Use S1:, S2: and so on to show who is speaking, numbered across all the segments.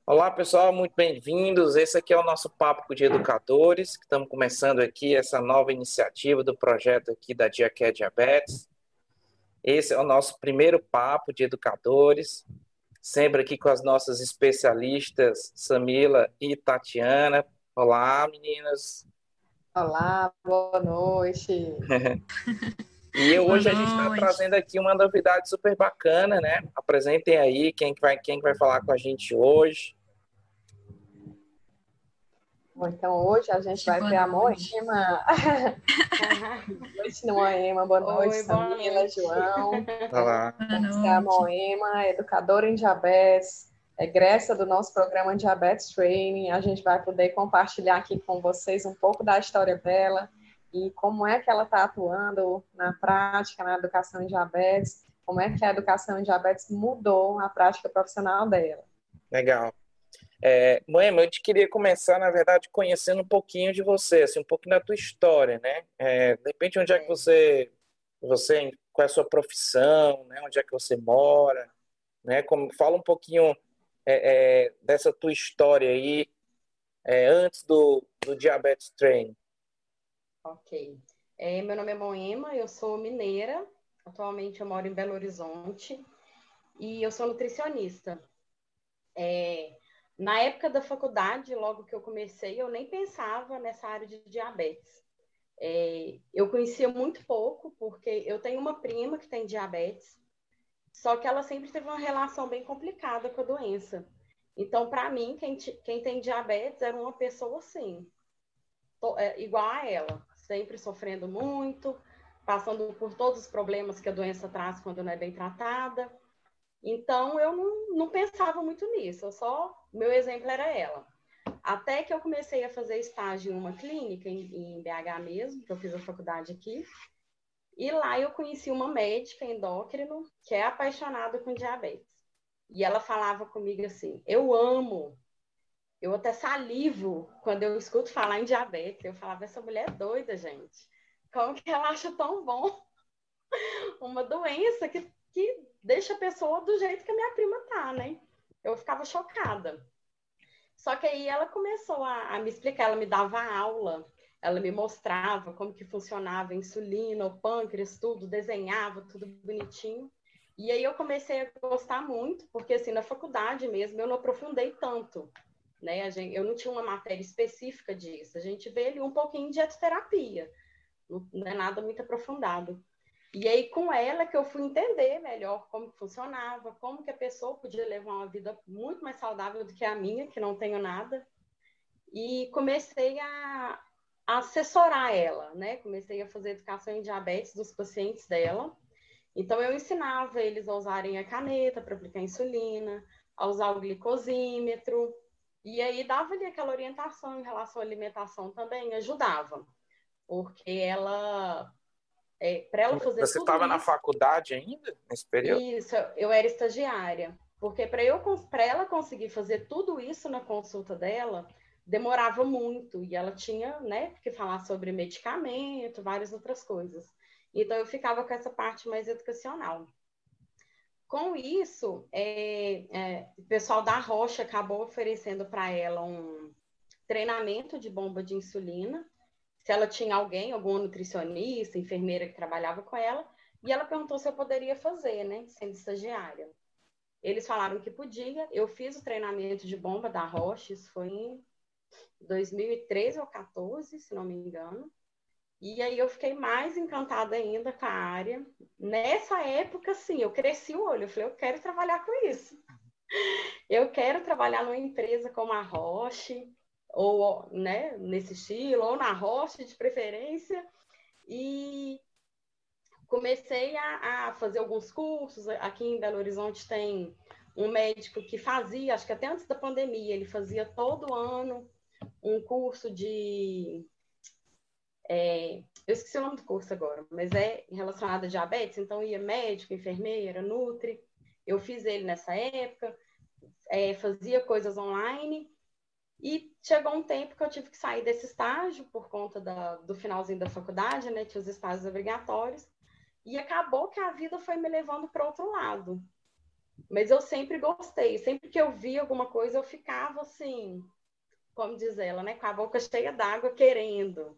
S1: Olá, pessoal, muito bem-vindos. Esse aqui é o nosso Papo de Educadores, que estamos começando aqui essa nova iniciativa do projeto aqui da Dia que é Diabetes. Esse é o nosso primeiro Papo de Educadores, sempre aqui com as nossas especialistas Samila e Tatiana. Olá, meninas.
S2: Olá, boa noite.
S1: E
S3: Boa
S1: hoje a gente está
S3: noite.
S1: trazendo aqui uma novidade super bacana, né? Apresentem aí quem que vai falar com a gente hoje.
S2: Bom, então hoje a gente vai
S3: Boa
S2: ter a
S3: noite.
S2: Moema. Boa noite, Moema. Boa noite,
S4: Oi, boa
S2: Samila,
S4: noite.
S2: João.
S1: Olá.
S3: Boa
S2: Você é a
S3: noite.
S2: Moema, educadora em diabetes, egressa do nosso programa Diabetes Training. A gente vai poder compartilhar aqui com vocês um pouco da história dela e como é que ela está atuando na prática, na educação em diabetes, como é que a educação em diabetes mudou a prática profissional dela.
S1: Legal. Moema, eu te queria começar, na verdade, conhecendo um pouquinho de você, assim, um pouquinho da tua história, né? De repente, onde é que qual é a sua profissão, né? Onde é que você mora, né? Fala um pouquinho dessa tua história aí, antes do Diabetes Training.
S4: Ok. Meu nome é Moema, eu sou mineira. Atualmente eu moro em Belo Horizonte e eu sou nutricionista. Na época da faculdade, logo que eu comecei, eu nem pensava nessa área de diabetes. Eu conhecia muito pouco, porque eu tenho uma prima que tem diabetes, só que ela sempre teve uma relação bem complicada com a doença. Então, para mim, quem tem diabetes era uma pessoa assim, igual a ela, sempre sofrendo muito, passando por todos os problemas que a doença traz quando não é bem tratada. Então, eu não pensava muito nisso, meu exemplo era ela. Até que eu comecei a fazer estágio em uma clínica, em BH mesmo, que eu fiz a faculdade aqui, e lá eu conheci uma médica endócrino que é apaixonada com diabetes. E ela falava comigo assim, eu até salivo quando eu escuto falar em diabetes. Eu falava, essa mulher é doida, gente. Como que ela acha tão bom uma doença que deixa a pessoa do jeito que a minha prima tá, né? Eu ficava chocada. Só que aí ela começou a me explicar, ela me dava aula, ela me mostrava como que funcionava a insulina, o pâncreas, tudo, desenhava tudo bonitinho. E aí eu comecei a gostar muito, porque assim, na faculdade mesmo eu não aprofundei tanto, né? Eu não tinha uma matéria específica disso. A gente vê ali um pouquinho de dietoterapia, não é nada muito aprofundado. E aí, com ela, que eu fui entender melhor como que funcionava, como que a pessoa podia levar uma vida muito mais saudável do que a minha, que não tenho nada. E comecei a assessorar ela, né? Comecei a fazer educação em diabetes dos pacientes dela. Então, eu ensinava eles a usarem a caneta para aplicar insulina, a usar o glicosímetro. E aí, dava-lhe aquela orientação em relação à alimentação também, ajudava. Porque para ela fazer
S1: Você
S4: tudo
S1: estava na
S4: isso,
S1: faculdade ainda, nesse período?
S4: isso, eu era estagiária. Porque para ela conseguir fazer tudo isso na consulta dela, demorava muito. E ela tinha, né, que falar sobre medicamento, várias outras coisas. Então, eu ficava com essa parte mais educacional. Com isso, o pessoal da Rocha acabou oferecendo para ela um treinamento de bomba de insulina, se ela tinha alguma nutricionista, enfermeira que trabalhava com ela, e ela perguntou se eu poderia fazer, né, sendo estagiária. Eles falaram que podia, eu fiz o treinamento de bomba da Roche, isso foi em 2013 ou 14, se não me engano, e aí eu fiquei mais encantada ainda com a área. Nessa época, sim, eu cresci o olho, eu falei, eu quero trabalhar com isso. Eu quero trabalhar numa empresa como a Roche, ou, né, nesse estilo, ou na Roche de preferência, e comecei a fazer alguns cursos. Aqui em Belo Horizonte tem um médico que fazia, acho que até antes da pandemia, ele fazia todo ano um curso de... eu esqueci o nome do curso agora, mas é relacionado a diabetes, então ia médico, enfermeira, nutri. Eu fiz ele nessa época, fazia coisas online, e chegou um tempo que eu tive que sair desse estágio por conta do finalzinho da faculdade, né? Tinha os estágios obrigatórios. E acabou que a vida foi me levando para outro lado. Mas eu sempre gostei. Sempre que eu via alguma coisa, eu ficava assim, como diz ela, né? Com a boca cheia d'água, querendo.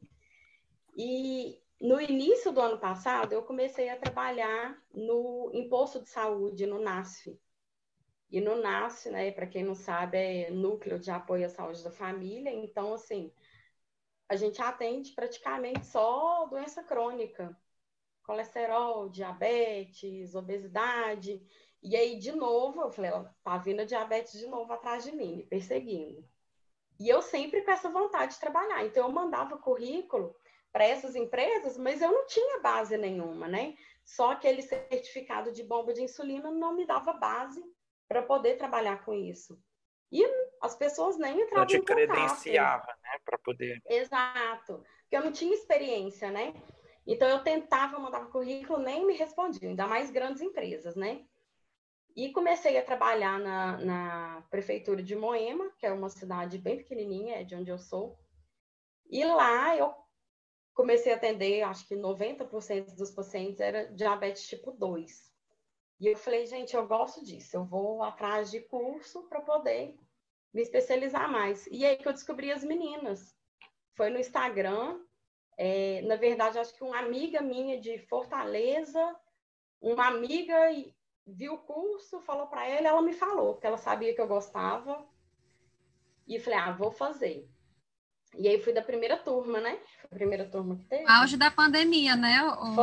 S4: E no início do ano passado, eu comecei a trabalhar no imposto de saúde, no NASF. E no NASF, né, para quem não sabe, é Núcleo de Apoio à Saúde da Família. Então, assim, a gente atende praticamente só doença crônica, colesterol, diabetes, obesidade. E aí, de novo, eu falei, ela tá vindo a diabetes de novo atrás de mim, me perseguindo. E eu sempre com essa vontade de trabalhar. Então, eu mandava currículo para essas empresas, mas eu não tinha base nenhuma, né? Só aquele certificado de bomba de insulina não me dava base para poder trabalhar com isso. E as pessoas nem
S1: Não
S4: entravam
S1: te
S4: em contato.
S1: credenciava, né, para poder.
S4: Exato, porque eu não tinha experiência, né? Então eu tentava, mandava currículo, nem me respondiam, ainda mais grandes empresas, né? E comecei a trabalhar na prefeitura de Moema, que é uma cidade bem pequenininha, é de onde eu sou. E lá eu comecei a atender, acho que 90% dos pacientes era diabetes tipo 2. E eu falei, gente, eu gosto disso, eu vou atrás de curso para poder me especializar mais. E aí que eu descobri as meninas. Foi no Instagram. Na verdade, acho que uma amiga minha de Fortaleza, uma amiga viu o curso, falou para ela me falou, porque ela sabia que eu gostava. E falei, vou fazer. E aí fui da primeira turma, né? Foi a primeira turma que teve.
S3: Auge da pandemia, né?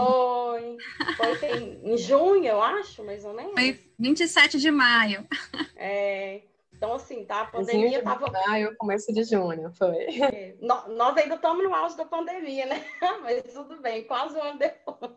S4: Foi em junho, eu acho, mais ou menos.
S3: Foi 27 de maio.
S4: Então, assim, tá? A pandemia tava.
S2: Maio, começo de junho, foi.
S4: Nós ainda estamos no auge da pandemia, né? Mas tudo bem, quase um ano depois.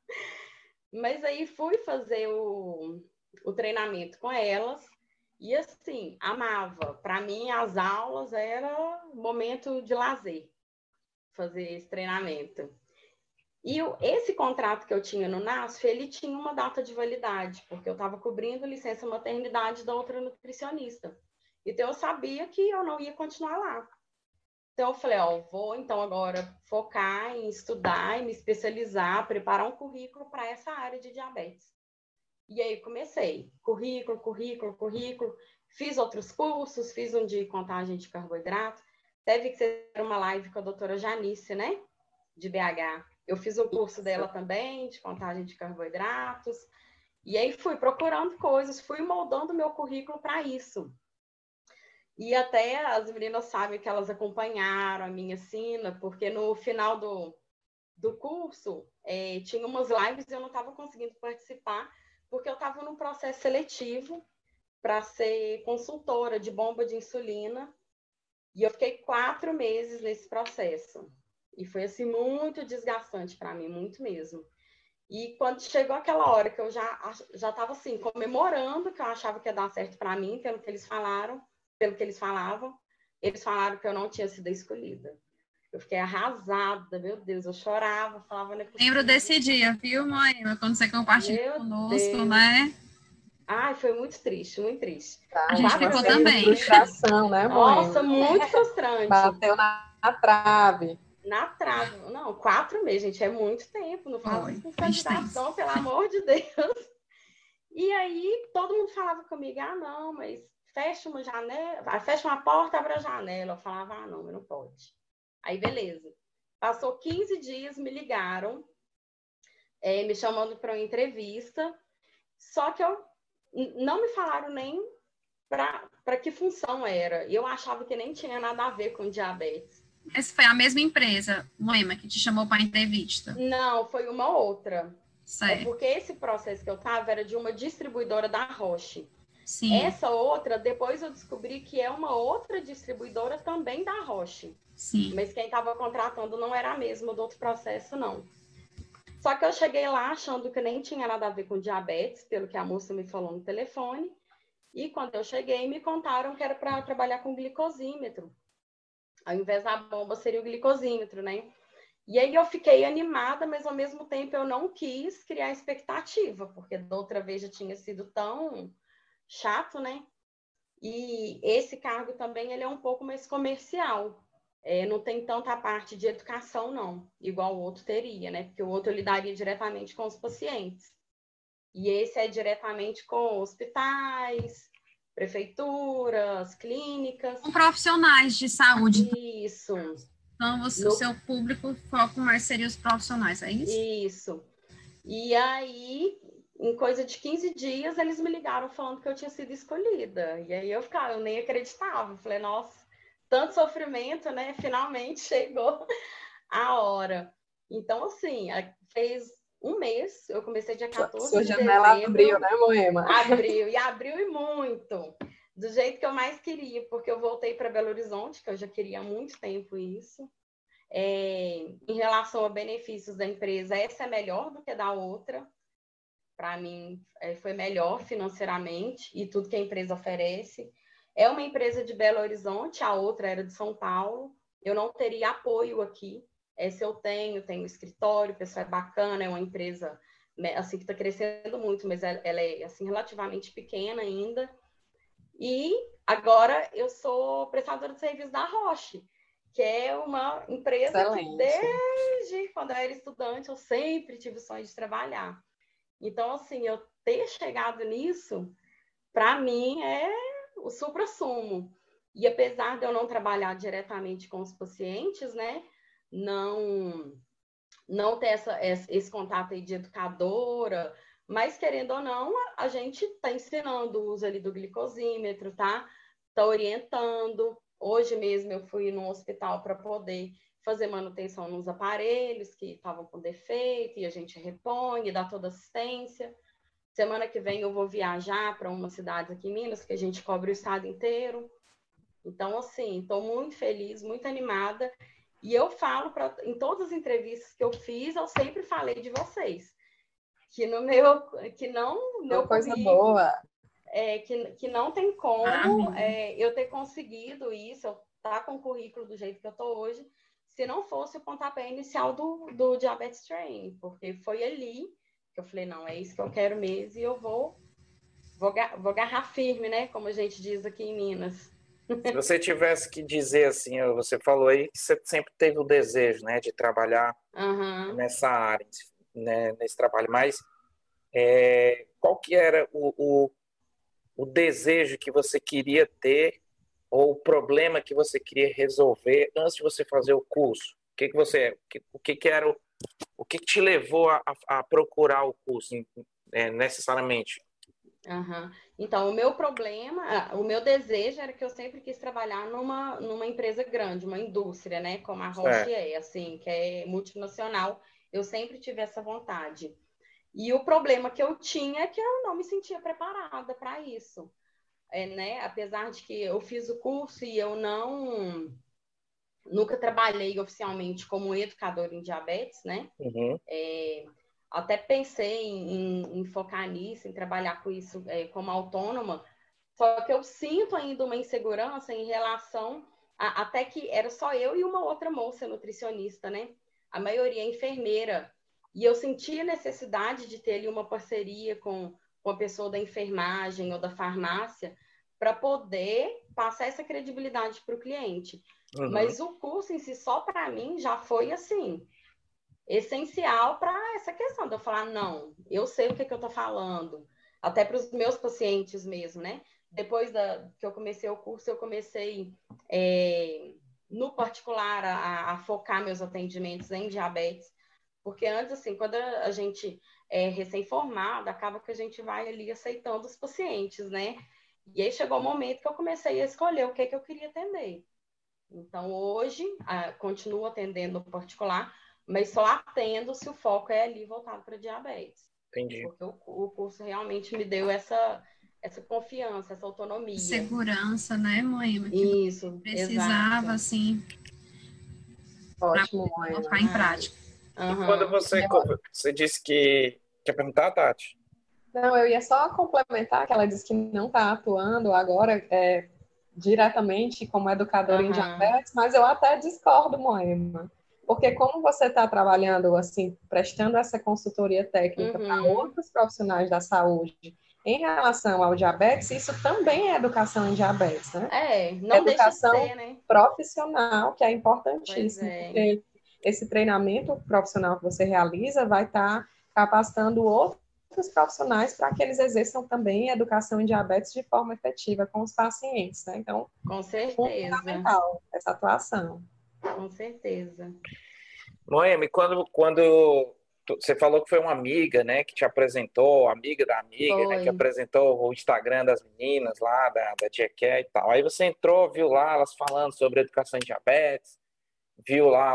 S4: Mas aí fui fazer o treinamento com elas e, assim, amava. Para mim, as aulas era momento de lazer, fazer esse treinamento. E esse contrato que eu tinha no NASF, ele tinha uma data de validade, porque eu estava cobrindo licença maternidade da outra nutricionista. Então, eu sabia que eu não ia continuar lá. Então, eu falei, vou então agora focar em estudar e me especializar, preparar um currículo para essa área de diabetes. E aí comecei, currículo, fiz outros cursos, fiz um de contagem de carboidrato, teve que ser uma live com a doutora Janice, né, de BH. Eu fiz o curso dela também, de contagem de carboidratos, e aí fui procurando coisas, fui moldando meu currículo para isso. E até as meninas sabem que elas acompanharam a minha sina, porque no final do curso tinha umas lives e eu não estava conseguindo participar, porque eu estava num processo seletivo para ser consultora de bomba de insulina. E eu fiquei 4 meses nesse processo. E foi, assim, muito desgastante para mim, muito mesmo. E quando chegou aquela hora que eu já estava, assim, comemorando, que eu achava que ia dar certo para mim, pelo que eles falavam, eles falaram que eu não tinha sido escolhida. Eu fiquei arrasada, meu Deus, eu chorava, falava...
S3: Lembro desse dia, viu, mãe? Quando você compartilhou conosco, Deus. Né?
S4: Ai, foi muito triste, muito triste.
S3: A gente ficou também.
S2: Frustração, né, mãe?
S4: Nossa, muito frustrante.
S2: Bateu na trave.
S4: Na trave. Não, 4 meses, gente, é muito tempo. Não faz isso com candidação, pelo amor de Deus. E aí, todo mundo falava comigo, não, mas fecha uma janela, fecha uma porta, abre a janela. Eu falava, não, mas não pode. Aí, beleza. Passou 15 dias, me ligaram, me chamando para uma entrevista, só que não me falaram nem para que função era. E eu achava que nem tinha nada a ver com diabetes.
S3: Essa foi a mesma empresa, Moema, que te chamou para a entrevista?
S4: Não, foi uma outra.
S3: Certo.
S4: Porque esse processo que eu estava era de uma distribuidora da Roche.
S3: Sim.
S4: Essa outra, depois eu descobri que é uma outra distribuidora também da Roche.
S3: Sim.
S4: Mas quem estava contratando não era a mesma do outro processo, não. Só que eu cheguei lá achando que nem tinha nada a ver com diabetes, pelo que a moça me falou no telefone. E quando eu cheguei, me contaram que era para trabalhar com glicosímetro. Ao invés da bomba, seria o glicosímetro, né? E aí eu fiquei animada, mas ao mesmo tempo eu não quis criar expectativa, porque da outra vez já tinha sido tão chato, né? E esse cargo também ele é um pouco mais comercial. Não tem tanta parte de educação, não, igual o outro teria, né? Porque o outro eu lidaria diretamente com os pacientes. E esse é diretamente com hospitais, prefeituras, clínicas.
S3: Com profissionais de saúde.
S4: Isso.
S3: Então, o seu público foco mais seria os profissionais, é isso?
S4: Isso. E aí, em coisa de 15 dias, eles me ligaram falando que eu tinha sido escolhida. E aí eu nem acreditava. Falei, nossa, tanto sofrimento, né? Finalmente chegou a hora. Então, assim, fez um mês, eu comecei dia 14
S2: Sua
S4: de
S2: janela
S4: dezembro.
S2: abriu, né, Moema?
S4: Abriu e muito. Do jeito que eu mais queria, porque eu voltei para Belo Horizonte, que eu já queria há muito tempo isso. Em relação a benefícios da empresa, essa é melhor do que da outra. Para mim, foi melhor financeiramente e tudo que a empresa oferece. É uma empresa de Belo Horizonte, a outra era de São Paulo. Eu não teria apoio aqui. Essa eu tenho escritório, o pessoal é bacana, é uma empresa assim, que está crescendo muito, mas ela é assim, relativamente pequena ainda. E agora eu sou prestadora de serviço da Roche, que é uma empresa
S2: Excelente.
S4: que desde quando eu era estudante eu sempre tive o sonho de trabalhar. Então, assim, eu ter chegado nisso, para mim, é o supra-sumo. E apesar de eu não trabalhar diretamente com os pacientes, né, não ter esse contato aí de educadora, mas querendo ou não, a gente está ensinando o uso ali do glicosímetro, tá? Está orientando. Hoje mesmo eu fui no hospital para poder fazer manutenção nos aparelhos que estavam com defeito e a gente repõe e dá toda assistência. Semana que vem eu vou viajar para uma cidade aqui em Minas, que a gente cobre o estado inteiro. Então, assim, estou muito feliz, muito animada. E eu falo, em todas as entrevistas que eu fiz, eu sempre falei de vocês. Que no meu
S2: Coisa
S4: currículo,
S2: boa.
S4: Que não tem como eu ter conseguido isso, eu estar com o currículo do jeito que eu estou hoje, se não fosse o pontapé inicial do Diabetes Training, porque foi ali que eu falei, não, é isso que eu quero mesmo, e eu vou agarrar firme, né? Como a gente diz aqui em Minas.
S1: Se você tivesse que dizer assim, você falou aí que você sempre teve o desejo, né, de trabalhar nessa área, né, nesse trabalho, mas qual que era o desejo que você queria ter ou o problema que você queria resolver antes de você fazer o curso? O que te levou a procurar o curso necessariamente?
S4: Então, o meu problema, o meu desejo era que eu sempre quis trabalhar numa empresa grande, uma indústria, né? Como a Roche assim, que é multinacional. Eu sempre tive essa vontade. E o problema que eu tinha é que eu não me sentia preparada para isso. Né? Apesar de que eu fiz o curso e eu nunca trabalhei oficialmente como educadora em diabetes, né? Até pensei em focar nisso, em trabalhar com isso como autônoma, só que eu sinto ainda uma insegurança em relação até que era só eu e uma outra moça nutricionista, né? A maioria é enfermeira. E eu sentia necessidade de ter ali uma parceria com a pessoa da enfermagem ou da farmácia para poder passar essa credibilidade para o cliente. Mas o curso em si, só para mim, já foi assim, essencial para essa questão de eu falar, não, eu sei o que eu estou falando, até para os meus pacientes mesmo, né? Depois que eu comecei o curso, eu comecei, no particular, a focar meus atendimentos em diabetes, porque antes, assim, quando a gente é recém-formado, acaba que a gente vai ali aceitando os pacientes, né? E aí chegou o momento que eu comecei a escolher o que eu queria atender. Então, hoje, continuo atendendo no particular, mas só atendo se o foco é ali voltado para diabetes.
S1: Entendi.
S4: Porque o curso realmente me deu essa confiança, essa autonomia.
S3: Segurança, né, Moema?
S4: Isso,
S3: precisava,
S4: exato.
S3: assim,
S2: Ótimo,
S3: para
S2: Moema.
S3: colocar em prática.
S1: E quando você disse que... Quer perguntar, Tati?
S2: Não, eu ia só complementar que ela disse que não está atuando agora diretamente como educadora em diabetes, mas eu até discordo, Moema. Porque como você está trabalhando, assim, prestando essa consultoria técnica para outros profissionais da saúde em relação ao diabetes, isso também é educação em diabetes, né?
S4: Não
S2: educação
S4: deixa de ser, né?
S2: profissional, que é importantíssimo,
S4: Pois é.
S2: porque esse treinamento profissional que você realiza vai estar capacitando outros outros profissionais para que eles exerçam também a educação em diabetes de forma efetiva com os pacientes, né? Então,
S4: Com certeza.
S2: fundamental essa atuação.
S4: Com certeza.
S1: Noemi, quando você falou que foi uma amiga, né, que te apresentou, amiga da amiga, né, que apresentou o Instagram das meninas lá, da Tia Ké e tal. Aí você entrou, viu lá elas falando sobre educação em diabetes, viu lá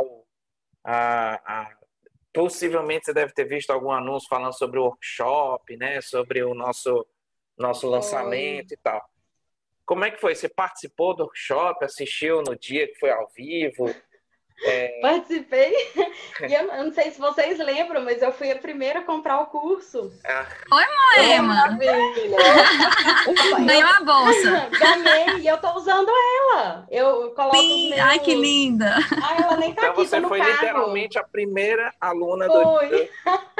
S1: possivelmente você deve ter visto algum anúncio falando sobre o workshop, né, sobre o nosso lançamento e tal. Como é que foi? Você participou do workshop, assistiu no dia que foi ao vivo?
S4: Participei, e eu não sei se vocês lembram, mas eu fui a primeira a comprar o curso.
S3: Oi, Moema! Ganhou a bolsa.
S4: Ganhei, e eu tô usando ela. Eu coloco os meus...
S3: Ai, que linda!
S4: Ai, ela nem tá
S1: então
S4: aqui,
S1: você
S4: tá no
S1: foi
S4: carro.
S1: literalmente a primeira aluna
S4: Foi.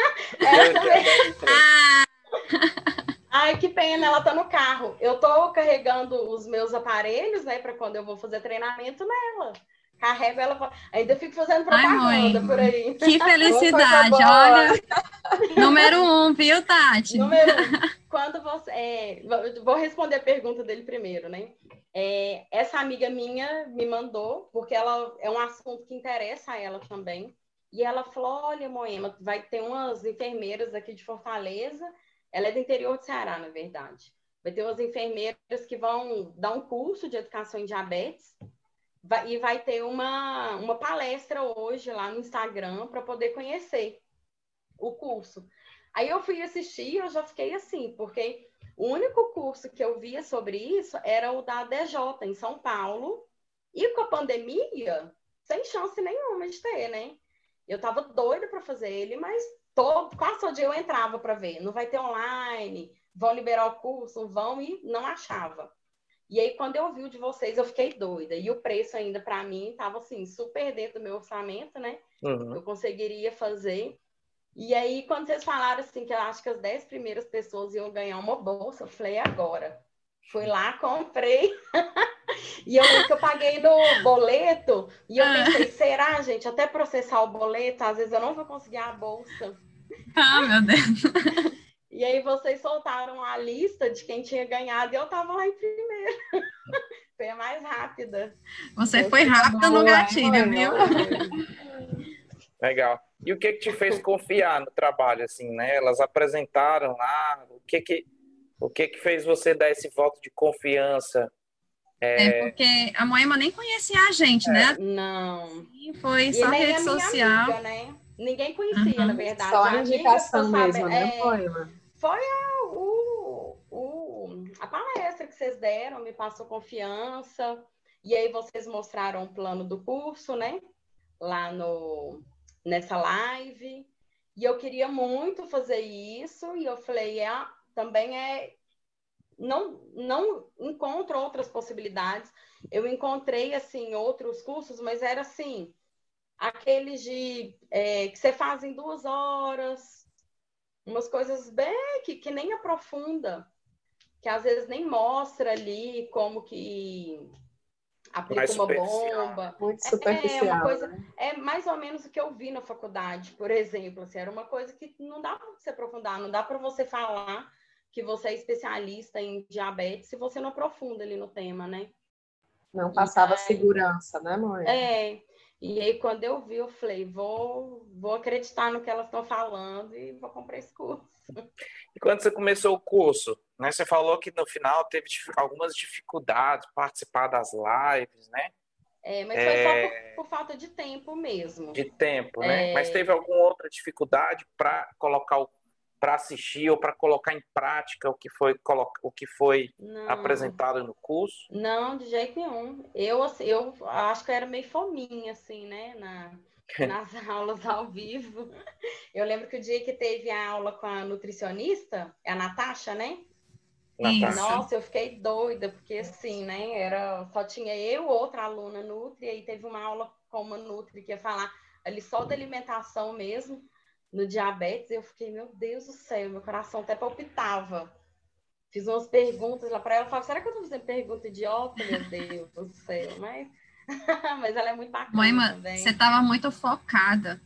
S1: do
S4: Ai, que pena, ela tá no carro. Eu tô carregando os meus aparelhos, né, para quando eu vou fazer treinamento nela. Carrego ela, ainda fico fazendo propaganda por aí.
S3: Que felicidade, olha. Número 1, viu, Tati?
S4: Número 1. Quando você... vou responder a pergunta dele primeiro, né? Essa amiga minha me mandou, porque ela é um assunto que interessa a ela também. E ela falou, olha, Moema, vai ter umas enfermeiras aqui de Fortaleza. Ela é do interior de Ceará, na verdade. Vai ter umas enfermeiras que vão dar um curso de educação em diabetes. E vai ter uma palestra hoje lá no Instagram para poder conhecer o curso. Aí eu fui assistir e eu já fiquei assim, porque o único curso que eu via sobre isso era o da DJ em São Paulo. E com a pandemia, sem chance nenhuma de ter, né? Eu tava doida para fazer ele, mas quase todo dia eu entrava para ver. Não vai ter online, vão liberar o curso, vão, e não achava. E aí, quando eu vi o de vocês, eu fiquei doida. E o preço ainda, para mim, estava assim, super dentro do meu orçamento, né?
S1: Uhum.
S4: Eu conseguiria fazer. E aí, quando vocês falaram assim, que eu acho que as 10 primeiras pessoas iam ganhar uma bolsa, eu falei, agora. Fui lá, comprei. E eu lembro que eu paguei no boleto. E eu pensei, será, gente? Até processar o boleto, às vezes eu não vou conseguir a bolsa.
S3: Ah, meu Deus.
S4: E aí vocês soltaram a lista de quem tinha ganhado e eu tava lá em primeiro. Foi a mais rápida.
S3: Você foi rápida no gatilho, viu?
S1: Legal. E o que te fez confiar no trabalho, assim, né? Elas apresentaram lá, o que fez você dar esse voto de confiança?
S3: Porque a Moema nem conhecia a gente, né?
S4: Não.
S3: E foi só rede social.
S4: Amiga, né? Ninguém conhecia, na verdade.
S2: Só a indicação mesmo, né, Moema?
S4: Foi a palestra que vocês deram, me passou confiança. E aí vocês mostraram o plano do curso, né? Lá nessa live. E eu queria muito fazer isso. E eu falei, também não encontro outras possibilidades. Eu encontrei, assim, outros cursos, mas era assim, aqueles que você faz em 2 horas, umas coisas bem que nem aprofunda, que às vezes nem mostra ali como que aplica uma bomba.
S2: Muito superficial.
S4: Uma coisa, mais ou menos o que eu vi na faculdade, por exemplo. Assim, era uma coisa que não dá para você aprofundar, não dá para você falar que você é especialista em diabetes se você não aprofunda ali no tema, né?
S2: Não passava segurança, né, mãe?
S4: E aí, quando eu vi, eu falei, vou acreditar no que elas estão falando e vou comprar esse curso.
S1: E quando você começou o curso, né, você falou que no final teve algumas dificuldades participar das lives, né?
S4: Mas foi só por falta de tempo mesmo.
S1: De tempo, né? Mas teve alguma outra dificuldade para assistir ou para colocar em prática o que foi apresentado no curso?
S4: Não, de jeito nenhum. Eu acho que eu era meio fominha, assim, né? Nas aulas ao vivo. Eu lembro que o dia que teve a aula com a nutricionista, a Natasha, né?
S1: Natasha.
S4: Nossa, eu fiquei doida, porque assim, né? Só tinha eu, outra aluna Nutri, e aí teve uma aula com uma Nutri que ia falar ali só da alimentação mesmo, no diabetes. Eu fiquei, meu Deus do céu, meu coração até palpitava. Fiz umas perguntas lá para ela, falava, será que eu tô fazendo pergunta idiota, meu Deus do céu? Mas ela é muito bacana.
S3: Moema,
S4: também.
S3: você estava muito focada.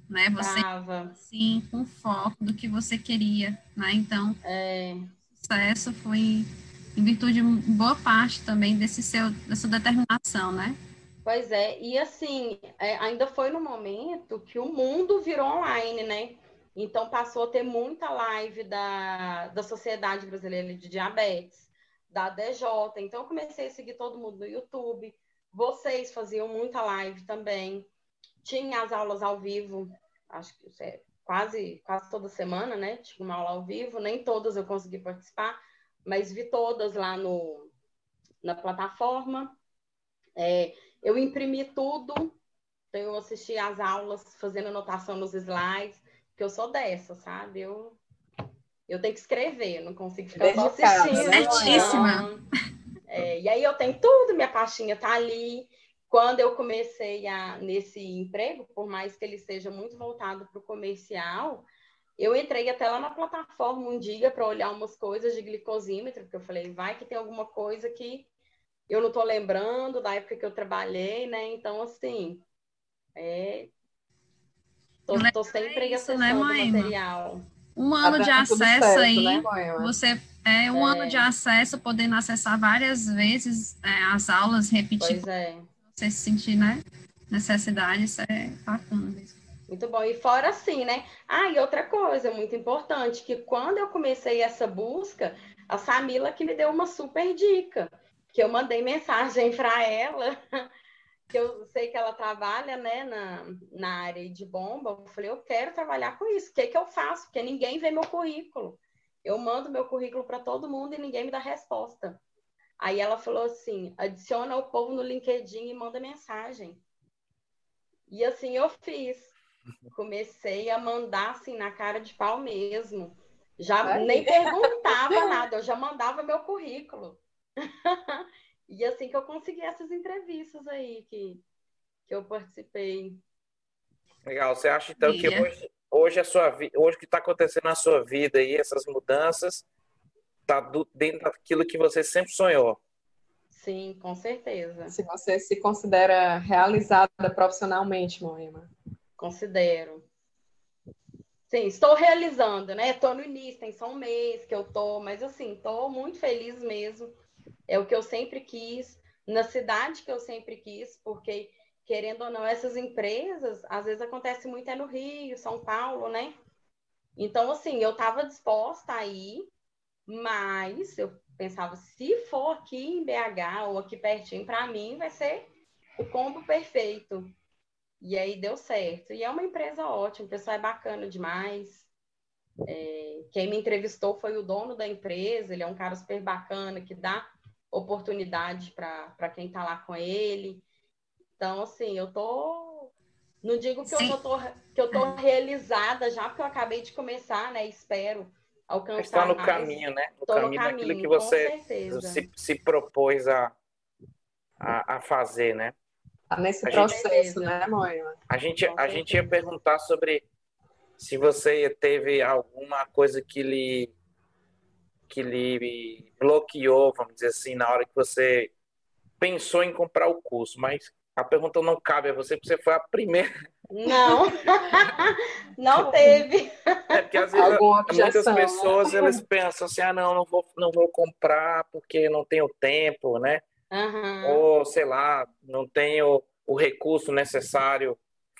S3: né? Você
S4: Tava.
S3: assim com foco do que você queria, né? Então, o sucesso foi em virtude de boa parte também dessa determinação, né?
S4: Pois é, e assim, ainda foi no momento que o mundo virou online, né? Então passou a ter muita live da Sociedade Brasileira de Diabetes, da DJ. Então eu comecei a seguir todo mundo no YouTube. Vocês faziam muita live também. Tinha as aulas ao vivo, acho que quase toda semana, né? Tinha uma aula ao vivo, nem todas eu consegui participar, mas vi todas lá na plataforma. Eu imprimi tudo, então eu assisti às aulas, fazendo anotação nos slides, porque eu sou dessa, sabe? Eu tenho que escrever, não consigo ficar só assistindo.
S2: Né,
S3: certíssima.
S4: E aí eu tenho tudo, minha pastinha tá ali. Quando eu comecei nesse emprego, por mais que ele seja muito voltado para o comercial, eu entrei até lá na plataforma um dia para olhar umas coisas de glicosímetro, porque eu falei, vai que tem alguma coisa que eu não estou lembrando da época que eu trabalhei, né? Então, assim, tô sempre acessando o material.
S3: Um ano de acesso
S2: certo,
S3: aí,
S2: né, Moema?
S3: você ano de acesso, podendo acessar várias vezes as aulas, repetir, você se sentir, né, necessidade, isso é bacana mesmo.
S4: Muito bom. E fora assim, né? E outra coisa muito importante, que quando eu comecei essa busca, a Samila que me deu uma super dica, que eu mandei mensagem para ela, que eu sei que ela trabalha, né, na área de bomba. Eu falei, eu quero trabalhar com isso. O que eu faço? Porque ninguém vê meu currículo. Eu mando meu currículo para todo mundo e ninguém me dá resposta. Aí ela falou assim, adiciona o povo no LinkedIn e manda mensagem. E assim eu fiz. Comecei a mandar assim na cara de pau mesmo. Já nem perguntava nada, eu já mandava meu currículo. E assim que eu consegui essas entrevistas aí que eu participei.
S1: Legal. Você acha então que hoje hoje o que está acontecendo na sua vida e essas mudanças está dentro daquilo que você sempre sonhou?
S4: Sim, com certeza.
S2: Se você se considera realizada profissionalmente, Moema?
S4: Considero. Sim, estou realizando, né? Estou no início, tem só um mês que eu estou, mas assim, estou muito feliz mesmo. É o que eu sempre quis, na cidade que eu sempre quis, porque, querendo ou não, essas empresas, às vezes acontece muito no Rio, São Paulo, né? Então, assim, eu estava disposta a ir, mas eu pensava, se for aqui em BH ou aqui pertinho, para mim vai ser o combo perfeito. E aí deu certo. E é uma empresa ótima, o pessoal é bacana demais. Quem me entrevistou foi o dono da empresa, ele é um cara super bacana, que dá oportunidade para quem está lá com ele. Então, assim, eu tô... Não digo que eu tô realizada já, porque eu acabei de começar, né? Espero alcançar
S1: está no
S4: mais.
S1: caminho, né? No caminho daquilo que
S4: com
S1: você
S4: certeza.
S1: se propôs a fazer, né?
S2: Tá nesse processo, né, Moema?
S1: A gente ia perguntar sobre se você teve alguma coisa que lhe bloqueou, vamos dizer assim, na hora que você pensou em comprar o curso, mas a pergunta não cabe a você, porque você foi a primeira.
S4: Não, não teve.
S1: Porque às vezes muitas pessoas eles pensam assim, não vou comprar porque não tenho tempo, né? Ou, sei lá, não tenho o recurso necessário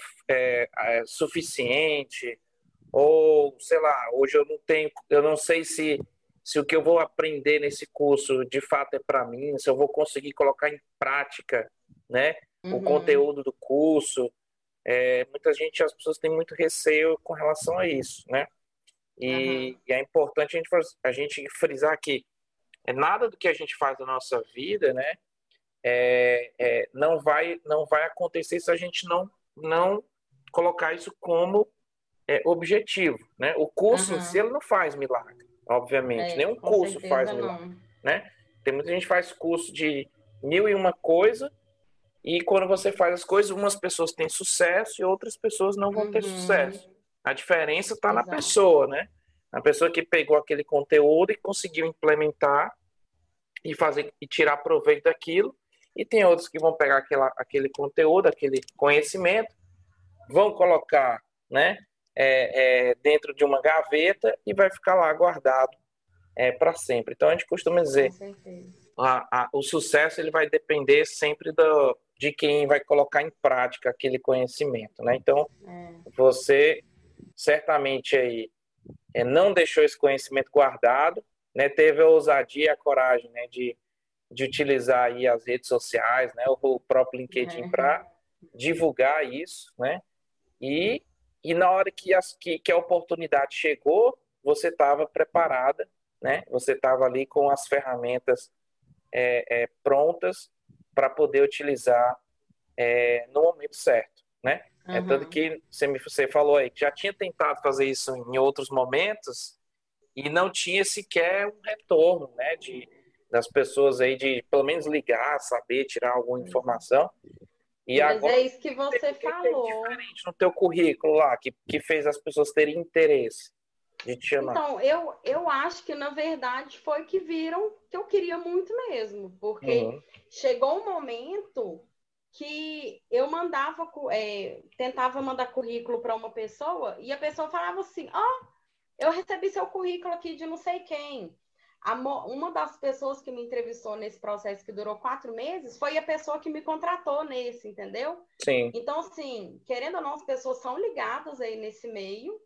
S1: suficiente, ou, sei lá, hoje eu não sei se o que eu vou aprender nesse curso de fato é para mim, se eu vou conseguir colocar em prática, né, o conteúdo do curso. As pessoas têm muito receio com relação a isso, né? E é importante a gente frisar que nada do que a gente faz na nossa vida, né, não vai acontecer se a gente não colocar isso como objetivo, né? O curso em si ele não faz milagre, obviamente. Nenhum curso faz milagre, né? Tem muita gente que faz curso de 1001 coisa e quando você faz as coisas, umas pessoas têm sucesso e outras pessoas não vão ter sucesso. A diferença está na pessoa, né? A pessoa que pegou aquele conteúdo e conseguiu implementar e fazer e tirar proveito daquilo. E tem outros que vão pegar aquele conteúdo, aquele conhecimento, vão colocar né? Dentro de uma gaveta e vai ficar lá guardado para sempre. Então a gente costuma dizer, o sucesso ele vai depender sempre de quem vai colocar em prática aquele conhecimento, né? Então você certamente aí não deixou esse conhecimento guardado, né? Teve a ousadia e a coragem, né? de utilizar aí as redes sociais, né? O próprio LinkedIn para divulgar isso, né? E na hora que a oportunidade chegou, você estava preparada, né? Você estava ali com as ferramentas prontas para poder utilizar no momento certo, né? Tanto que você falou aí que já tinha tentado fazer isso em outros momentos e não tinha sequer um retorno, né? Das pessoas aí de pelo menos ligar, saber, tirar alguma informação. E
S4: mas
S1: agora,
S4: é isso que você falou.
S1: Diferente no teu currículo lá, que fez as pessoas terem interesse de te chamar.
S4: Então, eu acho que, na verdade, foi que viram que eu queria muito mesmo. Porque chegou um momento que eu tentava mandar currículo para uma pessoa e a pessoa falava assim, eu recebi seu currículo aqui de não sei quem. Uma das pessoas que me entrevistou nesse processo que durou 4 meses foi a pessoa que me contratou nesse, entendeu?
S1: Sim.
S4: Então, assim, querendo ou não, as pessoas são ligadas aí nesse meio.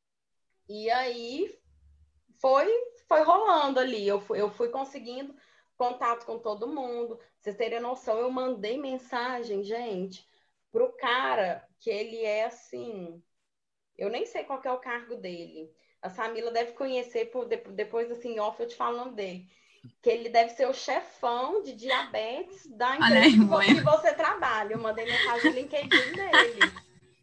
S4: E aí foi rolando ali. Eu fui conseguindo contato com todo mundo. Pra vocês terem noção, eu mandei mensagem, gente, pro cara que ele é assim... Eu nem sei qual que é o cargo dele. A Samila deve conhecer, depois, assim, off, eu te falando dele. Que ele deve ser o chefão de diabetes da empresa que você trabalha. Eu mandei mensagem no LinkedIn dele.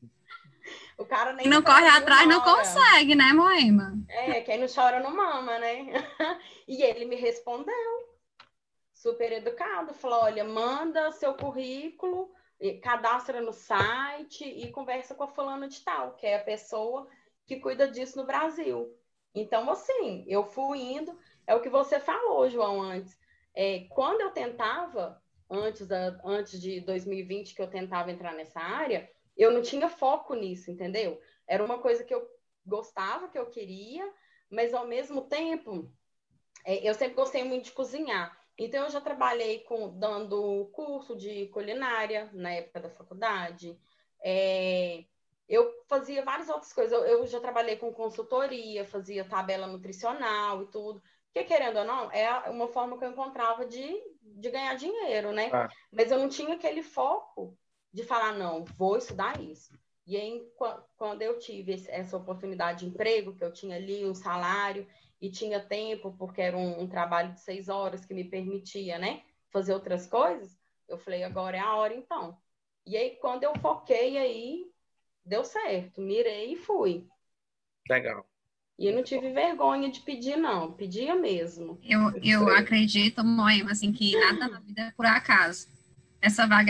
S4: O cara nem
S3: não corre atrás, não consegue, né, Moema?
S4: Quem não chora não mama, né? E ele me respondeu. Super educado. Falou, olha, manda seu currículo, cadastra no site e conversa com a fulana de tal, que é a pessoa que cuida disso no Brasil. Então, assim, eu fui indo. É o que você falou, João, antes. Quando eu tentava, antes de 2020, que eu tentava entrar nessa área, eu não tinha foco nisso, entendeu? Era uma coisa que eu gostava, que eu queria, mas, ao mesmo tempo, eu sempre gostei muito de cozinhar. Então, eu já trabalhei dando curso de culinária na época da faculdade. Eu fazia várias outras coisas. Eu já trabalhei com consultoria, fazia tabela nutricional e tudo. Porque, querendo ou não, é uma forma que eu encontrava de ganhar dinheiro, né? Mas eu não tinha aquele foco de falar, não, vou estudar isso. E aí, quando eu tive essa oportunidade de emprego, que eu tinha ali um salário e tinha tempo, porque era um trabalho de 6 horas que me permitia, né, fazer outras coisas, eu falei, agora é a hora, então. E aí, quando eu foquei aí, deu certo, mirei e fui.
S1: Legal.
S4: E eu não tive vergonha de pedir, não. Pedia mesmo.
S3: Eu acredito, Moema, assim, que nada na vida é por acaso. Essa vaga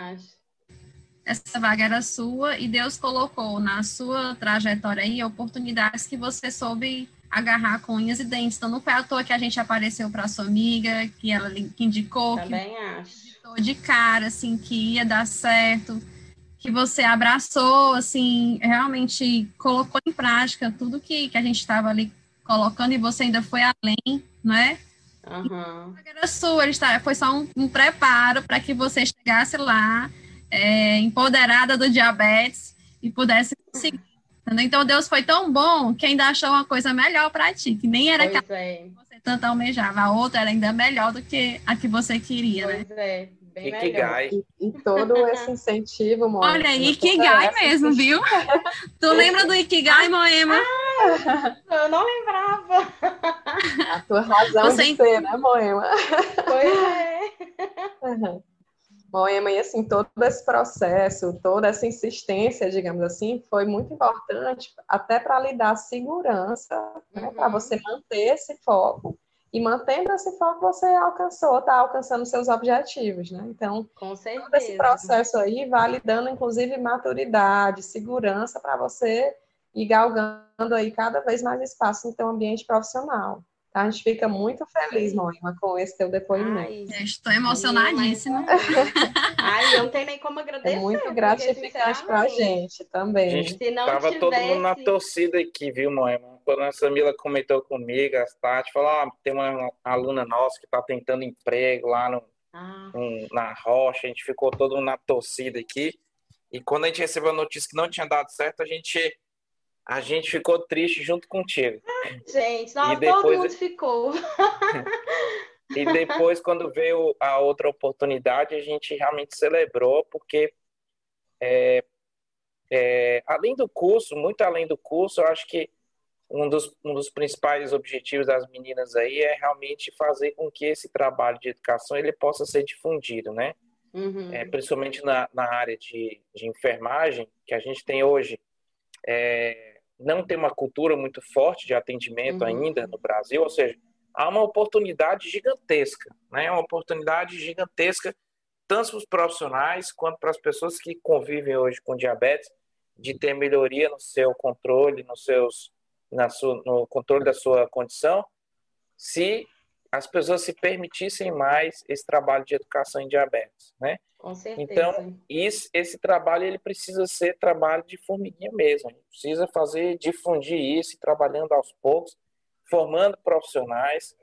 S3: era sua e Deus colocou na sua trajetória aí oportunidades que você soube agarrar com unhas e dentes. Então, não foi à toa que a gente apareceu para sua amiga, que ela que indicou,
S4: também acho.
S3: De cara, assim, que ia dar certo, que você abraçou, assim, realmente colocou em prática tudo que a gente estava ali colocando e você ainda foi além, não é?
S4: Uhum.
S3: Era sua, foi só um preparo para que você chegasse lá, empoderada do diabetes e pudesse conseguir. Entendeu? Então, Deus foi tão bom que ainda achou uma coisa melhor para ti, que nem era aquela que você tanto almejava. A outra era ainda melhor do que a que você queria,
S4: pois
S3: né?
S4: Bem melhor.
S2: E todo esse incentivo, Moema.
S3: Olha, Ikigai mesmo, viu? Tu lembra do Ikigai, Moema?
S4: Eu não lembrava.
S2: A tua razão de ser, né, Moema?
S4: Pois é.
S2: Moema, e assim, todo esse processo, toda essa insistência, digamos assim, foi muito importante até para lhe dar segurança, né, para você manter esse foco. E mantendo esse foco, você está alcançando seus objetivos, né? Então,
S4: com certeza,
S2: todo esse processo aí vai lhe dando, inclusive, maturidade, segurança para você ir galgando aí cada vez mais espaço no teu ambiente profissional. A gente fica muito feliz, Moema, com esse teu depoimento.
S4: Ai,
S3: Eu estou emocionadíssima.
S4: ai, eu não tenho nem como
S2: É
S4: agradecer,
S2: muito
S4: porque,
S2: gratificante para a
S4: sinceramente,
S2: gente
S1: A
S2: também.
S1: gente
S4: se não
S1: tava todo mundo na
S4: tivesse...
S1: torcida aqui, viu, Moema? Quando a Samila comentou comigo, a Tati falou, tem uma aluna nossa que está tentando emprego lá
S4: Ah,
S1: na Rocha, a gente ficou todo mundo na torcida aqui. E quando a gente recebeu a notícia que não tinha dado certo, a gente ficou triste junto contigo.
S4: gente,
S1: E
S4: nossa, todo
S1: depois,
S4: mundo ficou.
S1: e depois, quando veio a outra oportunidade, a gente realmente celebrou, porque além do curso, muito além do curso, eu acho que um dos principais objetivos das meninas aí é realmente fazer com que esse trabalho de educação ele possa ser difundido, né?
S4: Uhum,
S1: Principalmente na área de enfermagem, que a gente tem hoje, não tem uma cultura muito forte de atendimento ainda
S4: uhum,
S1: no Brasil, ou seja, há uma oportunidade gigantesca, né? Uma oportunidade gigantesca tanto para os profissionais quanto para as pessoas que convivem hoje com diabetes, de ter melhoria no seu controle, no controle da sua condição, se as pessoas se permitissem mais esse trabalho de educação em diabetes, né?
S4: com
S1: Então,
S4: certeza.
S1: esse trabalho ele precisa ser trabalho de formiguinha mesmo. A gente precisa difundir isso, trabalhando aos poucos, formando profissionais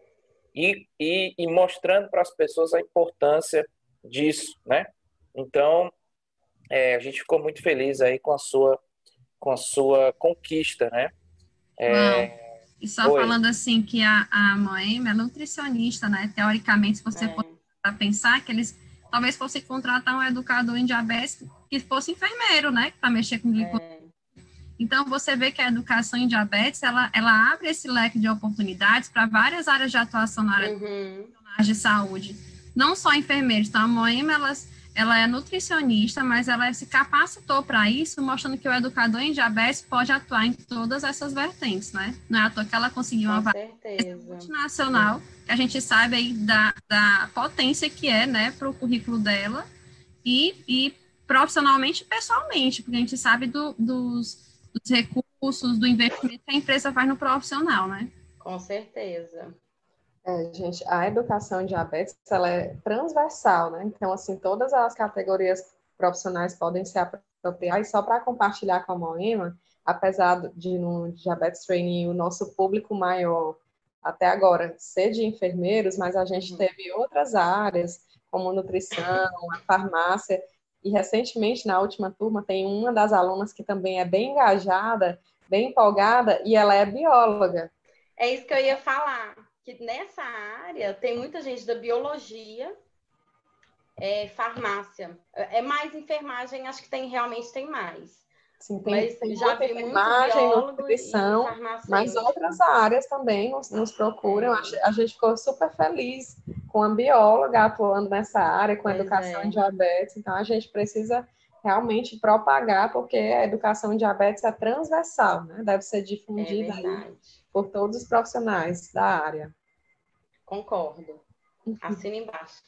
S1: e mostrando para as pessoas a importância disso, né? Então, a gente ficou muito feliz aí com a sua conquista, né?
S3: João, e só
S1: Oi.
S3: falando assim que a Moema é nutricionista, né? Teoricamente, se você for
S4: É,
S3: pensar que eles talvez fossem contratar um educador em diabetes que fosse enfermeiro, né? Para mexer com glicose.
S4: é,
S3: Então, você vê que a educação em diabetes, ela abre esse leque de oportunidades para várias áreas de atuação na área
S4: uhum,
S3: de saúde. Não só enfermeiros, então a Moema, ela é nutricionista, mas ela se capacitou para isso, mostrando que o educador em diabetes pode atuar em todas essas vertentes, né? Não é à toa que ela conseguiu uma
S4: com
S3: vaga
S4: certeza.
S3: multinacional, que a gente sabe aí da potência que é, né, para o currículo dela, e profissionalmente e pessoalmente, porque a gente sabe dos recursos, do investimento que a empresa faz no profissional, né?
S4: Com certeza.
S2: Gente, a educação em diabetes, ela é transversal, né? Então, assim, todas as categorias profissionais podem se apropriar. E só para compartilhar com a Moema, apesar de no Diabetes Training o nosso público maior até agora ser de enfermeiros, mas a gente
S4: Uhum.
S2: teve outras áreas, como nutrição, a farmácia, e recentemente, na última turma, tem uma das alunas que também é bem engajada, bem empolgada, e ela é bióloga.
S4: É isso que eu ia falar, que nessa área tem muita gente da biologia, farmácia. É mais enfermagem, acho que realmente tem mais.
S2: Sim,
S4: Mas
S2: tem
S4: já
S2: muita
S4: vi muito
S2: enfermagem,
S4: biólogo e
S2: nutrição, mas
S4: farmacêutico.
S2: outras áreas também nos procuram.
S4: É,
S2: A gente ficou super feliz com a bióloga atuando nessa área, com a
S4: pois
S2: educação em
S4: é,
S2: diabetes. Então, a gente precisa realmente propagar, porque a educação em diabetes é transversal, né? Deve ser
S4: é
S2: difundida aí
S4: verdade.
S2: por todos os profissionais da área.
S4: Concordo. Assina embaixo.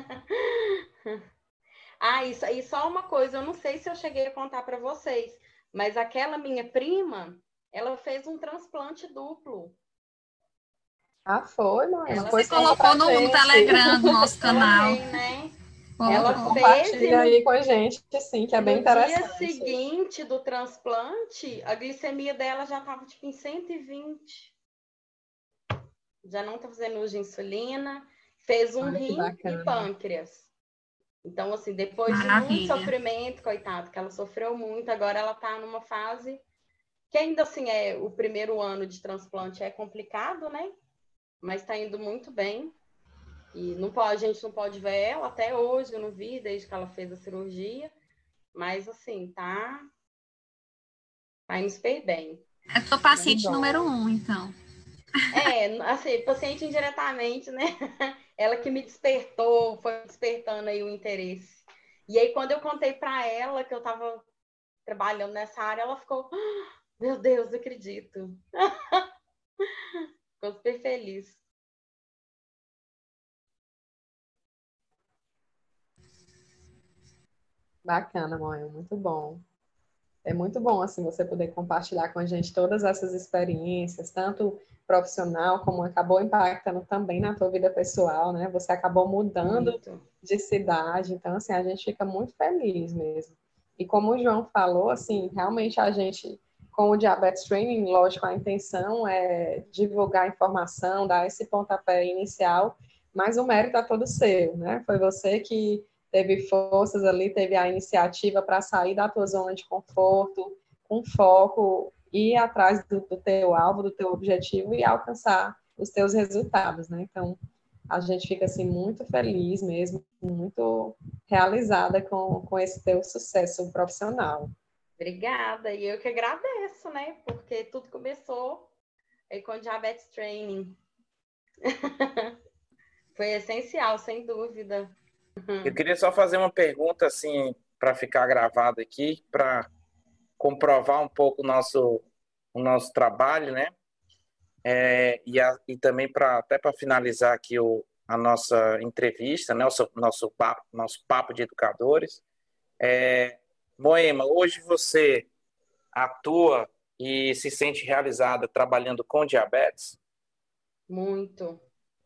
S4: Ah, isso aí só uma coisa, eu não sei se eu cheguei a contar para vocês, mas aquela minha prima, ela fez um transplante duplo.
S2: Ah, foi, mãe?
S4: Ela
S3: Você
S2: Pois conta
S3: colocou
S2: pra
S3: no
S2: gente.
S3: Telegram do nosso canal.
S4: coloquei, né? Ela
S2: Depois
S3: Colocou.
S4: fez
S2: compartilha aí com a gente, sim, que
S4: e
S2: é bem
S4: no dia
S2: interessante.
S4: seguinte do transplante, a glicemia dela já estava tipo em 120. Já não está fazendo uso de insulina, fez um
S2: Olha que
S4: rim e
S2: bacana.
S4: pâncreas. Então, assim, depois de muito
S3: Maravilha.
S4: sofrimento, coitado, que ela sofreu muito, agora ela está numa fase que ainda assim o primeiro ano de transplante é complicado, né? Mas está indo muito bem. E a gente não pode ver ela até hoje, eu não vi desde que ela fez a cirurgia. Mas assim, tá indo super bem.
S3: Eu sou
S2: Que
S3: paciente
S2: bom.
S3: número 1, então.
S4: Assim, paciente indiretamente, né? Ela que me despertou, foi despertando aí o interesse. E aí, quando eu contei para ela que eu estava trabalhando nessa área, ela ficou, meu Deus, não acredito. Ficou super feliz.
S2: Bacana, Moel, muito bom. É muito bom, assim, você poder compartilhar com a gente todas essas experiências, tanto profissional, como acabou impactando também na tua vida pessoal, né? Você acabou mudando
S4: Muito.
S2: de cidade, então, assim, a gente fica muito feliz mesmo. E como o João falou, assim, realmente a gente, com o Diabetes Training, lógico, a intenção é divulgar a informação, dar esse pontapé inicial, mas o mérito é todo seu, né? Foi você que teve forças ali, teve a iniciativa para sair da tua zona de conforto, com foco, ir atrás do teu alvo, do teu objetivo e alcançar os teus resultados, né? Então, a gente fica, assim, muito feliz mesmo, muito realizada com esse teu sucesso profissional.
S4: Obrigada, e eu que agradeço, né? Porque tudo começou aí com Diabetes Training. Foi essencial, sem dúvida.
S1: Eu queria só fazer uma pergunta, assim, para ficar gravado aqui, para comprovar um pouco o nosso trabalho, né? E também até para finalizar aqui a nossa entrevista, né? Nosso papo de educadores. Moema, hoje você atua e se sente realizada trabalhando com diabetes?
S4: Muito.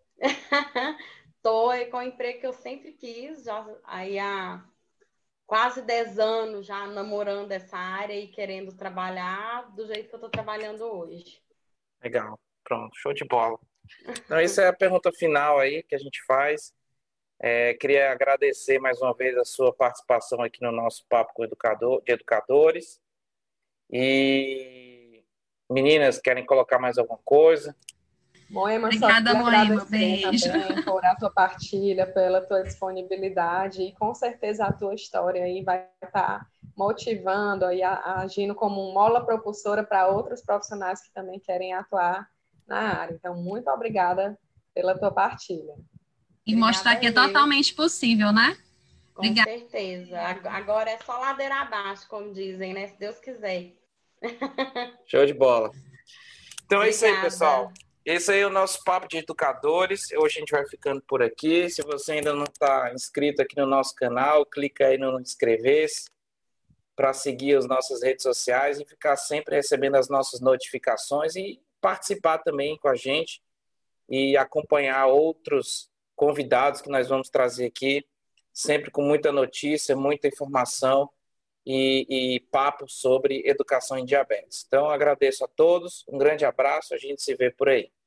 S4: Tô com o emprego que eu sempre quis, já aí há quase 10 anos já namorando essa área e querendo trabalhar do jeito que eu estou trabalhando hoje.
S1: Legal, pronto, show de bola. Então, essa é a pergunta final aí que a gente faz. Queria agradecer mais uma vez a sua participação aqui no nosso papo com de educadores. E meninas, querem colocar mais alguma coisa?
S2: Moema,
S3: Obrigada,
S2: só
S3: Moema.
S2: agradecer
S3: Beijo.
S2: também por a tua partilha, pela tua disponibilidade e com certeza a tua história aí vai estar motivando e agindo como uma mola propulsora para outros profissionais que também querem atuar na área. Então, muito obrigada pela tua partilha.
S3: E mostrar que é totalmente possível, né?
S4: Com Obrigada. Certeza. Agora é só ladeira abaixo, como dizem, né? Se Deus quiser.
S1: Show de bola. Então
S4: Obrigada.
S1: É isso aí, pessoal. Esse aí é o nosso papo de educadores. Hoje a gente vai ficando por aqui. Se você ainda não está inscrito aqui no nosso canal, clica aí no inscrever-se para seguir as nossas redes sociais e ficar sempre recebendo as nossas notificações e participar também com a gente e acompanhar outros convidados que nós vamos trazer aqui, sempre com muita notícia, muita informação e papo sobre educação em diabetes. Então, agradeço a todos, um grande abraço, a gente se vê por aí.